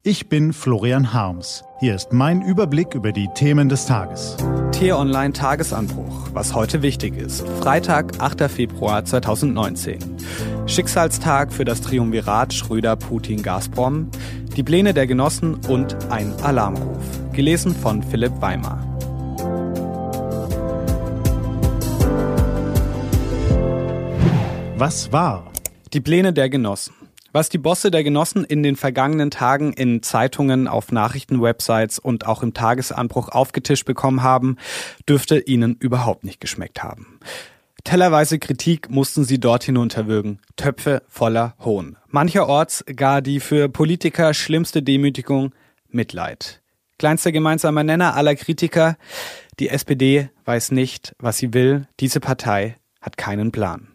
Ich bin Florian Harms. Hier ist mein Überblick über die Themen des Tages. T-Online Tagesanbruch, was heute wichtig ist. Freitag, 8. Februar 2019. Schicksalstag für das Triumvirat Schröder-Putin-Gazprom, die Pläne der Genossen und ein Alarmruf. Gelesen von Philipp Weimar. Was war? Die Pläne der Genossen. Was die Bosse der Genossen in den vergangenen Tagen in Zeitungen, auf Nachrichtenwebsites und auch im Tagesanbruch aufgetischt bekommen haben, dürfte ihnen überhaupt nicht geschmeckt haben. Tellerweise Kritik mussten sie dort hinunterwürgen, Töpfe voller Hohn. Mancherorts gar die für Politiker schlimmste Demütigung, Mitleid. Kleinster gemeinsamer Nenner aller Kritiker, die SPD weiß nicht, was sie will, diese Partei hat keinen Plan.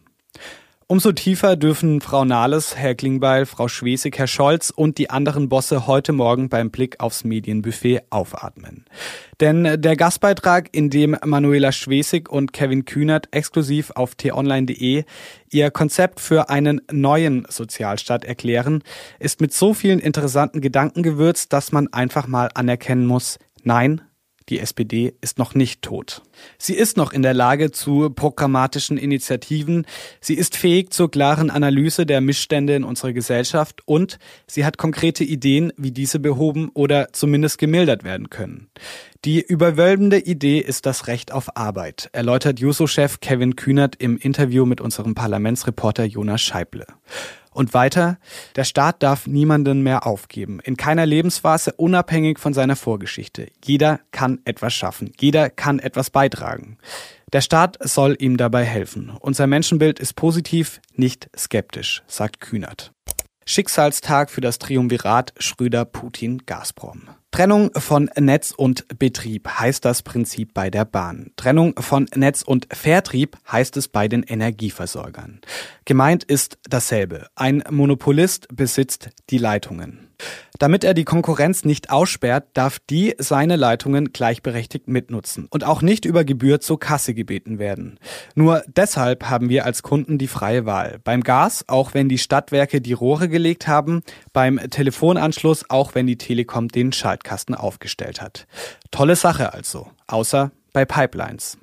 Umso tiefer dürfen Frau Nahles, Herr Klingbeil, Frau Schwesig, Herr Scholz und die anderen Bosse heute Morgen beim Blick aufs Medienbuffet aufatmen. Denn der Gastbeitrag, in dem Manuela Schwesig und Kevin Kühnert exklusiv auf t-online.de ihr Konzept für einen neuen Sozialstaat erklären, ist mit so vielen interessanten Gedanken gewürzt, dass man einfach mal anerkennen muss, nein, die SPD ist noch nicht tot. Sie ist noch in der Lage zu programmatischen Initiativen, sie ist fähig zur klaren Analyse der Missstände in unserer Gesellschaft und sie hat konkrete Ideen, wie diese behoben oder zumindest gemildert werden können. Die überwölbende Idee ist das Recht auf Arbeit, erläutert Juso-Chef Kevin Kühnert im Interview mit unserem Parlamentsreporter Jonas Scheible. Und weiter, der Staat darf niemanden mehr aufgeben, in keiner Lebensphase, unabhängig von seiner Vorgeschichte. Jeder kann etwas schaffen, jeder kann etwas beitragen. Der Staat soll ihm dabei helfen. Unser Menschenbild ist positiv, nicht skeptisch, sagt Kühnert. Schicksalstag für das Triumvirat Schröder-Putin-Gazprom. Trennung von Netz und Betrieb heißt das Prinzip bei der Bahn. Trennung von Netz und Vertrieb heißt es bei den Energieversorgern. Gemeint ist dasselbe. Ein Monopolist besitzt die Leitungen. Damit er die Konkurrenz nicht aussperrt, darf die seine Leitungen gleichberechtigt mitnutzen und auch nicht über Gebühr zur Kasse gebeten werden. Nur deshalb haben wir als Kunden die freie Wahl. Beim Gas, auch wenn die Stadtwerke die Rohre gelegt haben, beim Telefonanschluss, auch wenn die Telekom den Schaltkasten aufgestellt hat. Tolle Sache also, außer bei Pipelines.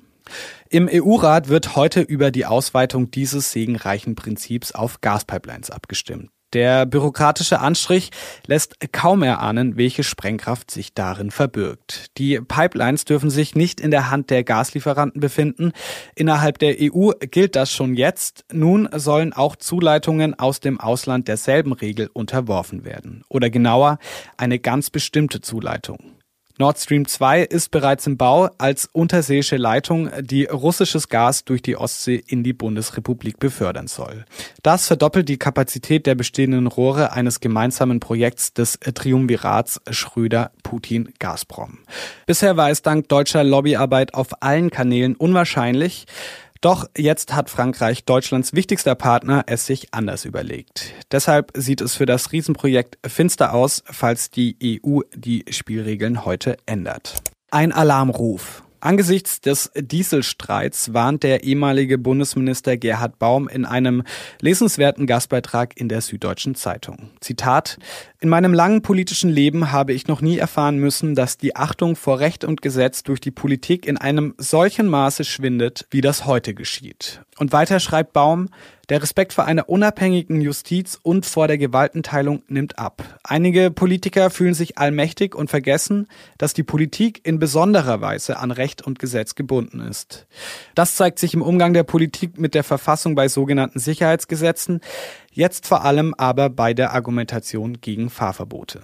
Im EU-Rat wird heute über die Ausweitung dieses segenreichen Prinzips auf Gaspipelines abgestimmt. Der bürokratische Anstrich lässt kaum erahnen, welche Sprengkraft sich darin verbirgt. Die Pipelines dürfen sich nicht in der Hand der Gaslieferanten befinden. Innerhalb der EU gilt das schon jetzt. Nun sollen auch Zuleitungen aus dem Ausland derselben Regel unterworfen werden. Oder genauer, eine ganz bestimmte Zuleitung. Nord Stream 2 ist bereits im Bau als unterseeische Leitung, die russisches Gas durch die Ostsee in die Bundesrepublik befördern soll. Das verdoppelt die Kapazität der bestehenden Rohre eines gemeinsamen Projekts des Triumvirats Schröder-Putin-Gazprom. Bisher war es dank deutscher Lobbyarbeit auf allen Kanälen unwahrscheinlich. Doch jetzt hat Frankreich, Deutschlands wichtigster Partner, es sich anders überlegt. Deshalb sieht es für das Riesenprojekt finster aus, falls die EU die Spielregeln heute ändert. Ein Alarmruf. Angesichts des Dieselstreits warnt der ehemalige Bundesminister Gerhard Baum in einem lesenswerten Gastbeitrag in der Süddeutschen Zeitung. Zitat: In meinem langen politischen Leben habe ich noch nie erfahren müssen, dass die Achtung vor Recht und Gesetz durch die Politik in einem solchen Maße schwindet, wie das heute geschieht. Und weiter schreibt Baum: Der Respekt vor einer unabhängigen Justiz und vor der Gewaltenteilung nimmt ab. Einige Politiker fühlen sich allmächtig und vergessen, dass die Politik in besonderer Weise an Recht und Gesetz gebunden ist. Das zeigt sich im Umgang der Politik mit der Verfassung bei sogenannten Sicherheitsgesetzen, jetzt vor allem aber bei der Argumentation gegen Fahrverbote.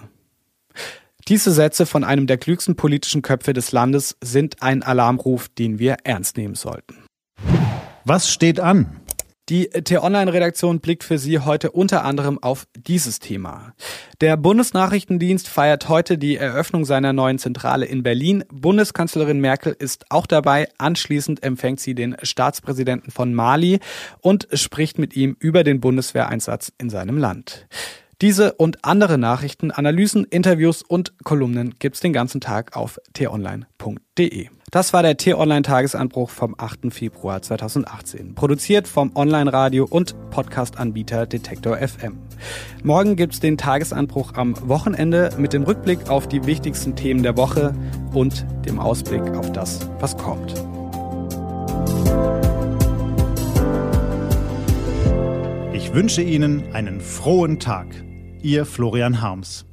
Diese Sätze von einem der klügsten politischen Köpfe des Landes sind ein Alarmruf, den wir ernst nehmen sollten. Was steht an? Die T-Online-Redaktion blickt für Sie heute unter anderem auf dieses Thema. Der Bundesnachrichtendienst feiert heute die Eröffnung seiner neuen Zentrale in Berlin. Bundeskanzlerin Merkel ist auch dabei. Anschließend empfängt sie den Staatspräsidenten von Mali und spricht mit ihm über den Bundeswehreinsatz in seinem Land. Diese und andere Nachrichten, Analysen, Interviews und Kolumnen gibt's den ganzen Tag auf t-online.de. Das war der T-Online-Tagesanbruch vom 8. Februar 2018. Produziert vom Online-Radio- und Podcast-Anbieter Detektor FM. Morgen gibt's den Tagesanbruch am Wochenende mit dem Rückblick auf die wichtigsten Themen der Woche und dem Ausblick auf das, was kommt. Ich wünsche Ihnen einen frohen Tag. Ihr Florian Harms.